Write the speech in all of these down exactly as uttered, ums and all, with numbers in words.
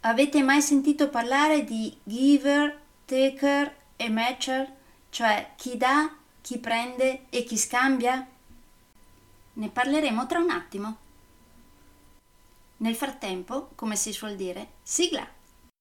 Avete mai sentito parlare di giver, taker e matcher, cioè chi dà, chi prende e chi scambia? Ne parleremo tra un attimo. Nel frattempo, come si suol dire, sigla!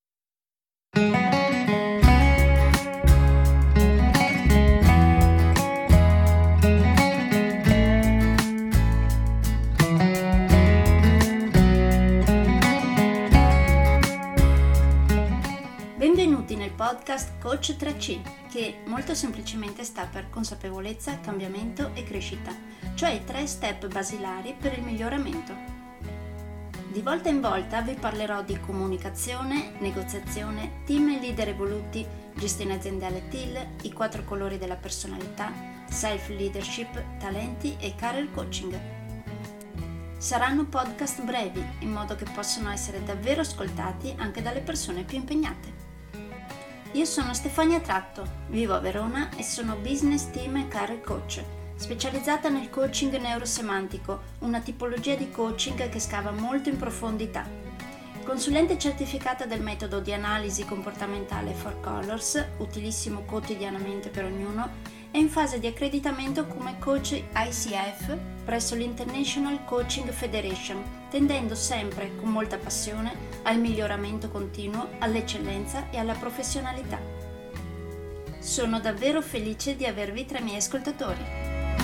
Benvenuti nel podcast Coach tre C, che molto semplicemente sta per consapevolezza, cambiamento e crescita, cioè i tre step basilari per il miglioramento. Di volta in volta vi parlerò di comunicazione, negoziazione, team e leader evoluti, gestione aziendale T I L, i quattro colori della personalità, self-leadership, talenti e career coaching. Saranno podcast brevi, in modo che possano essere davvero ascoltati anche dalle persone più impegnate. Io sono Stefania Tratto, vivo a Verona e sono business team e career coach, specializzata nel coaching neurosemantico, una tipologia di coaching che scava molto in profondità. Consulente certificata del metodo di analisi comportamentale Four Colors, utilissimo quotidianamente per ognuno, e in fase di accreditamento come coach I C F presso l'International Coaching Federation, tendendo sempre con molta passione al miglioramento continuo, all'eccellenza e alla professionalità. Sono davvero felice di avervi tra i miei ascoltatori.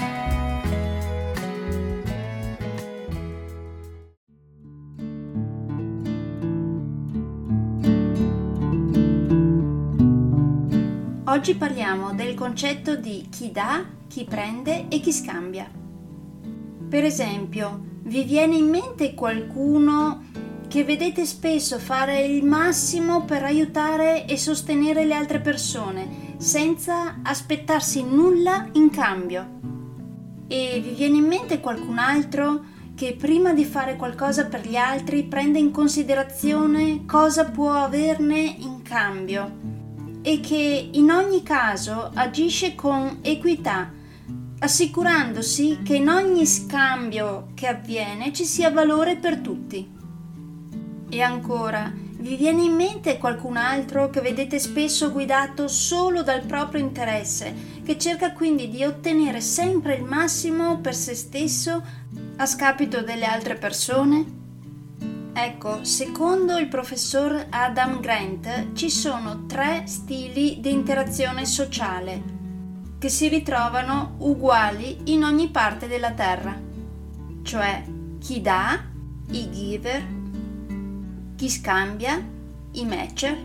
Oggi parliamo del concetto di chi dà, chi prende e chi scambia. Per esempio, vi viene in mente qualcuno che vedete spesso fare il massimo per aiutare e sostenere le altre persone, senza aspettarsi nulla in cambio? E vi viene in mente qualcun altro che prima di fare qualcosa per gli altri prende in considerazione cosa può averne in cambio? E che in ogni caso agisce con equità, assicurandosi che in ogni scambio che avviene ci sia valore per tutti. E ancora, vi viene in mente qualcun altro che vedete spesso guidato solo dal proprio interesse, che cerca quindi di ottenere sempre il massimo per se stesso a scapito delle altre persone? Ecco, secondo il professor Adam Grant ci sono tre stili di interazione sociale che si ritrovano uguali in ogni parte della Terra, cioè chi dà, i giver, chi scambia, i matcher,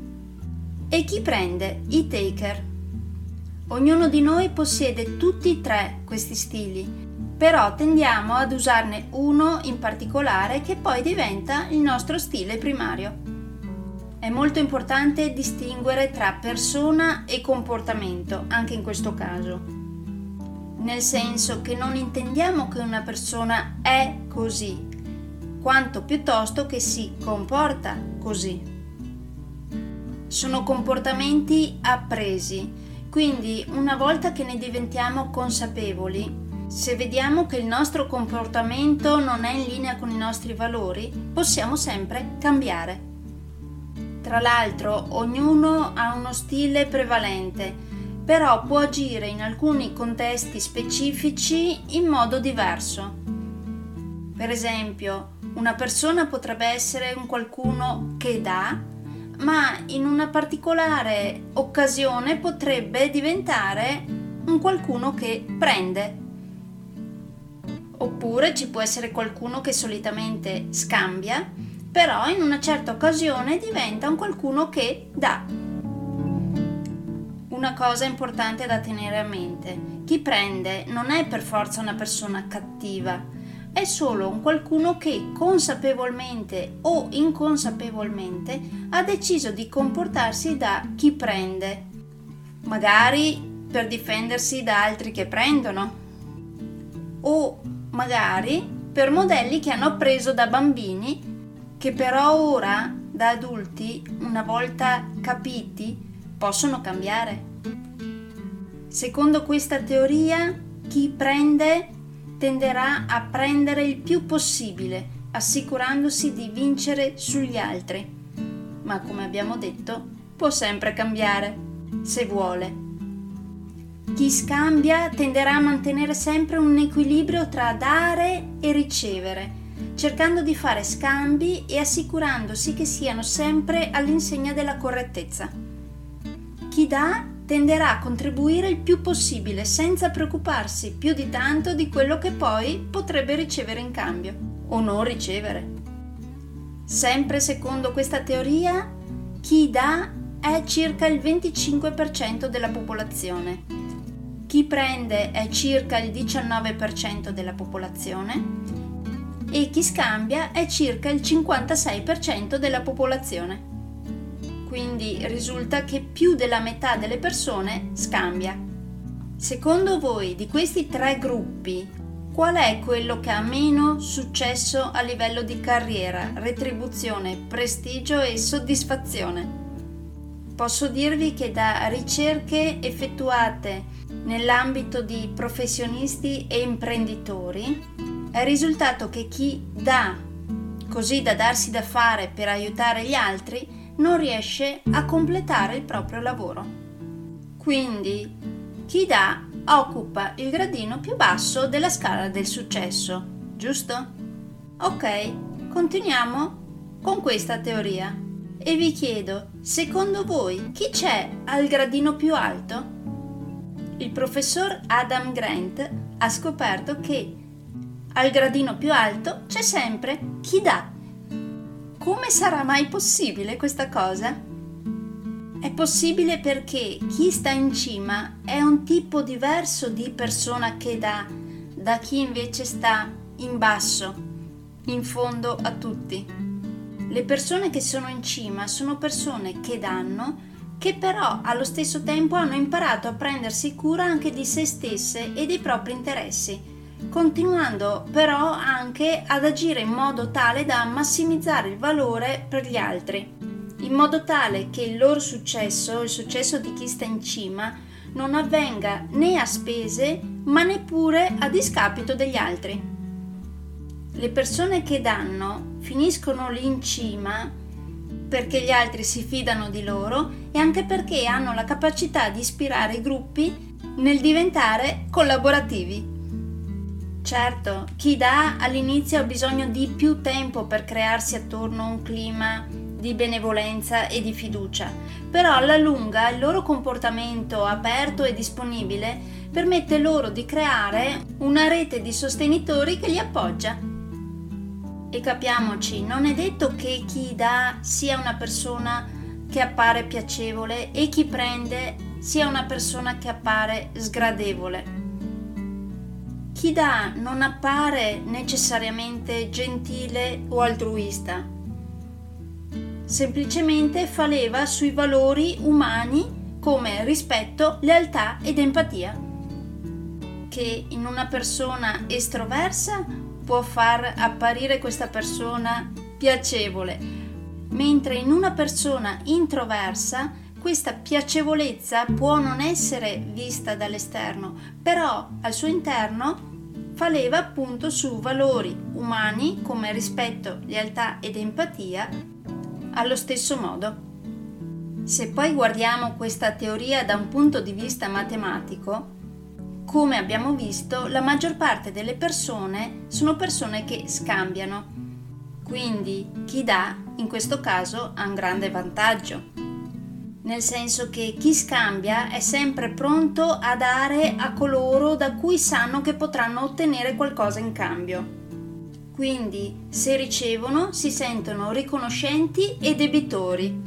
e chi prende, i taker. Ognuno di noi possiede tutti e tre questi stili, però tendiamo ad usarne uno in particolare che poi diventa il nostro stile primario. È molto importante distinguere tra persona e comportamento, anche in questo caso. Nel senso che non intendiamo che una persona è così, quanto piuttosto che si comporta così. Sono comportamenti appresi, quindi una volta che ne diventiamo consapevoli, se vediamo che il nostro comportamento non è in linea con i nostri valori, possiamo sempre cambiare. Tra l'altro, ognuno ha uno stile prevalente, però può agire in alcuni contesti specifici in modo diverso. Per esempio, una persona potrebbe essere un qualcuno che dà, ma in una particolare occasione potrebbe diventare un qualcuno che prende. Oppure ci può essere qualcuno che solitamente scambia, però in una certa occasione diventa un qualcuno che dà. Una cosa importante da tenere a mente: chi prende non è per forza una persona cattiva, è solo un qualcuno che consapevolmente o inconsapevolmente ha deciso di comportarsi da chi prende, magari per difendersi da altri che prendono, o magari per modelli che hanno appreso da bambini che però ora, da adulti, una volta capiti, possono cambiare. Secondo questa teoria, chi prende tenderà a prendere il più possibile, assicurandosi di vincere sugli altri. ma come abbiamo detto, può sempre cambiare, se vuole. Chi scambia tenderà a mantenere sempre un equilibrio tra dare e ricevere, cercando di fare scambi e assicurandosi che siano sempre all'insegna della correttezza. Chi dà tenderà a contribuire il più possibile senza preoccuparsi più di tanto di quello che poi potrebbe ricevere in cambio o non ricevere. Sempre secondo questa teoria, chi dà è circa il venticinque per cento della popolazione, chi prende è circa il diciannove per cento della popolazione e chi scambia è circa il cinquantasei per cento della popolazione. Quindi risulta che più della metà delle persone scambia. Secondo voi, di questi tre gruppi, qual è quello che ha meno successo a livello di carriera, retribuzione, prestigio e soddisfazione? Posso dirvi che da ricerche effettuate nell'ambito di professionisti e imprenditori è risultato che chi dà, così da darsi da fare per aiutare gli altri, non riesce a completare il proprio lavoro. Quindi chi dà occupa il gradino più basso della scala del successo, giusto? Ok, continuiamo con questa teoria e vi chiedo, secondo voi chi c'è al gradino più alto? Il professor Adam Grant ha scoperto che al gradino più alto c'è sempre chi dà. Come sarà mai possibile questa cosa? È possibile perché chi sta in cima è un tipo diverso di persona che dà da chi invece sta in basso, in fondo a tutti. Le persone che sono in cima sono persone che danno, che però allo stesso tempo hanno imparato a prendersi cura anche di se stesse e dei propri interessi, continuando però anche ad agire in modo tale da massimizzare il valore per gli altri, in modo tale che il loro successo, il successo di chi sta in cima, non avvenga né a spese ma neppure a discapito degli altri. Le persone che danno finiscono lì in cima perché gli altri si fidano di loro e anche perché hanno la capacità di ispirare i gruppi nel diventare collaborativi. Certo, chi dà all'inizio ha bisogno di più tempo per crearsi attorno un clima di benevolenza e di fiducia, però alla lunga il loro comportamento aperto e disponibile permette loro di creare una rete di sostenitori che li appoggia. E capiamoci, non è detto che chi dà sia una persona che appare piacevole e chi prende sia una persona che appare sgradevole. Chi dà non appare necessariamente gentile o altruista, semplicemente fa leva sui valori umani come rispetto, lealtà ed empatia, che in una persona estroversa può far apparire questa persona piacevole, mentre in una persona introversa questa piacevolezza può non essere vista dall'esterno, però al suo interno fa leva appunto su valori umani come rispetto, lealtà ed empatia allo stesso modo. Se poi guardiamo questa teoria da un punto di vista matematico, come abbiamo visto, la maggior parte delle persone sono persone che scambiano. Quindi chi dà, in questo caso, ha un grande vantaggio. Nel senso che chi scambia è sempre pronto a dare a coloro da cui sanno che potranno ottenere qualcosa in cambio. Quindi, se ricevono, si sentono riconoscenti e debitori.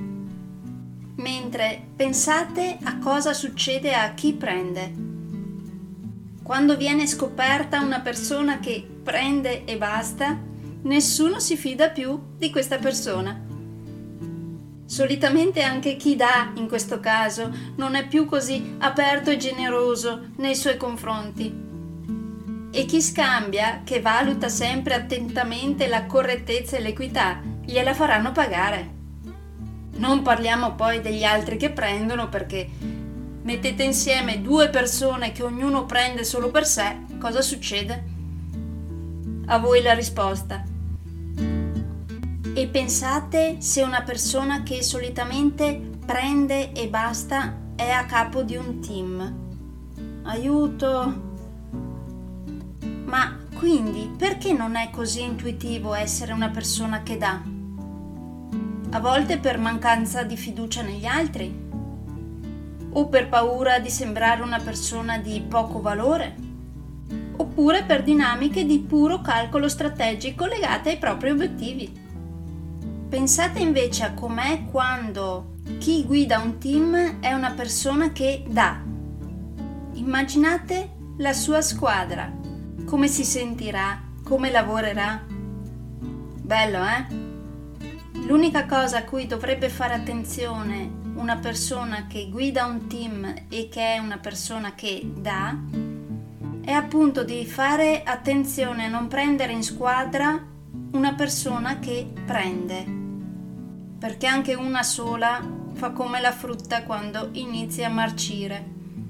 Mentre pensate a cosa succede a chi prende. Quando viene scoperta una persona che prende e basta, nessuno si fida più di questa persona. Solitamente anche chi dà, in questo caso, non è più così aperto e generoso nei suoi confronti. E chi scambia, che valuta sempre attentamente la correttezza e l'equità, gliela faranno pagare. Non parliamo poi degli altri che prendono, perché mettete insieme due persone che ognuno prende solo per sé, cosa succede? A voi la risposta. E pensate se una persona che solitamente prende e basta è a capo di un team. Aiuto! Ma quindi perché non è così intuitivo essere una persona che dà? A volte per mancanza di fiducia negli altri? O per paura di sembrare una persona di poco valore? Oppure per dinamiche di puro calcolo strategico legate ai propri obiettivi? Pensate invece a com'è quando chi guida un team è una persona che dà. Immaginate la sua squadra, come si sentirà, come lavorerà. Bello, eh? L'unica cosa a cui dovrebbe fare attenzione una persona che guida un team e che è una persona che dà è appunto di fare attenzione a non prendere in squadra una persona che prende. Perché anche una sola fa come la frutta quando inizia a marcire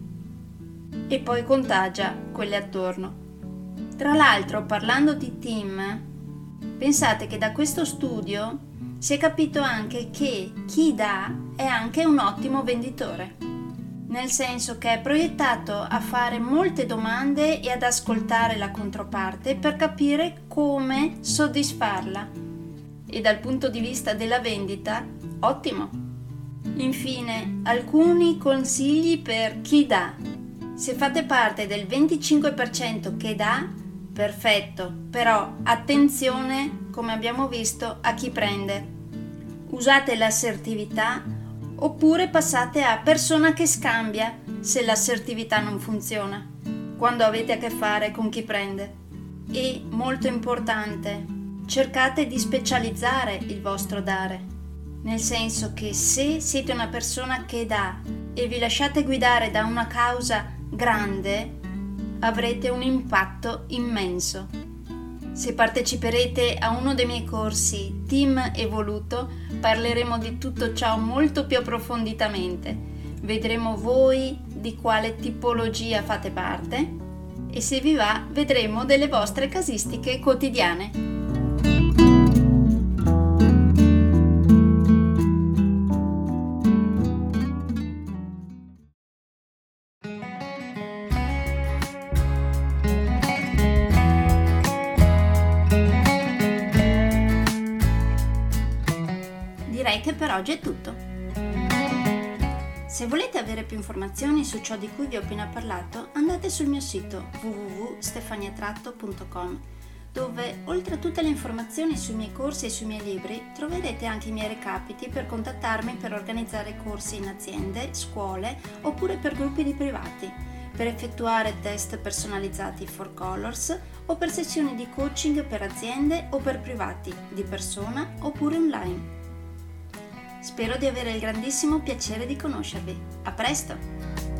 e poi contagia quelle attorno. Tra l'altro, parlando di team, pensate che da questo studio si è capito anche che chi dà è anche un ottimo venditore, nel senso che è proiettato a fare molte domande e ad ascoltare la controparte per capire come soddisfarla. E dal punto di vista della vendita, ottimo. Infine, alcuni consigli per chi dà. Se fate parte del venticinque per cento che dà, perfetto, però attenzione, come abbiamo visto, a chi prende. Usate l'assertività oppure passate a persona che scambia se l'assertività non funziona, quando avete a che fare con chi prende. E, molto importante, cercate di specializzare il vostro dare, nel senso che se siete una persona che dà e vi lasciate guidare da una causa grande, avrete un impatto immenso. Se parteciperete a uno dei miei corsi Team Evoluto, parleremo di tutto ciò molto più approfonditamente. Vedremo voi di quale tipologia fate parte e se vi va vedremo delle vostre casistiche quotidiane. Direi che per oggi è tutto. Se volete avere più informazioni su ciò di cui vi ho appena parlato, andate sul mio sito w w w punto stefania tratto punto com, dove oltre a tutte le informazioni sui miei corsi e sui miei libri troverete anche i miei recapiti per contattarmi per organizzare corsi in aziende, scuole oppure per gruppi di privati, per effettuare test personalizzati for colors o per sessioni di coaching per aziende o per privati, di persona oppure online. Spero di avere il grandissimo piacere di conoscervi. A presto!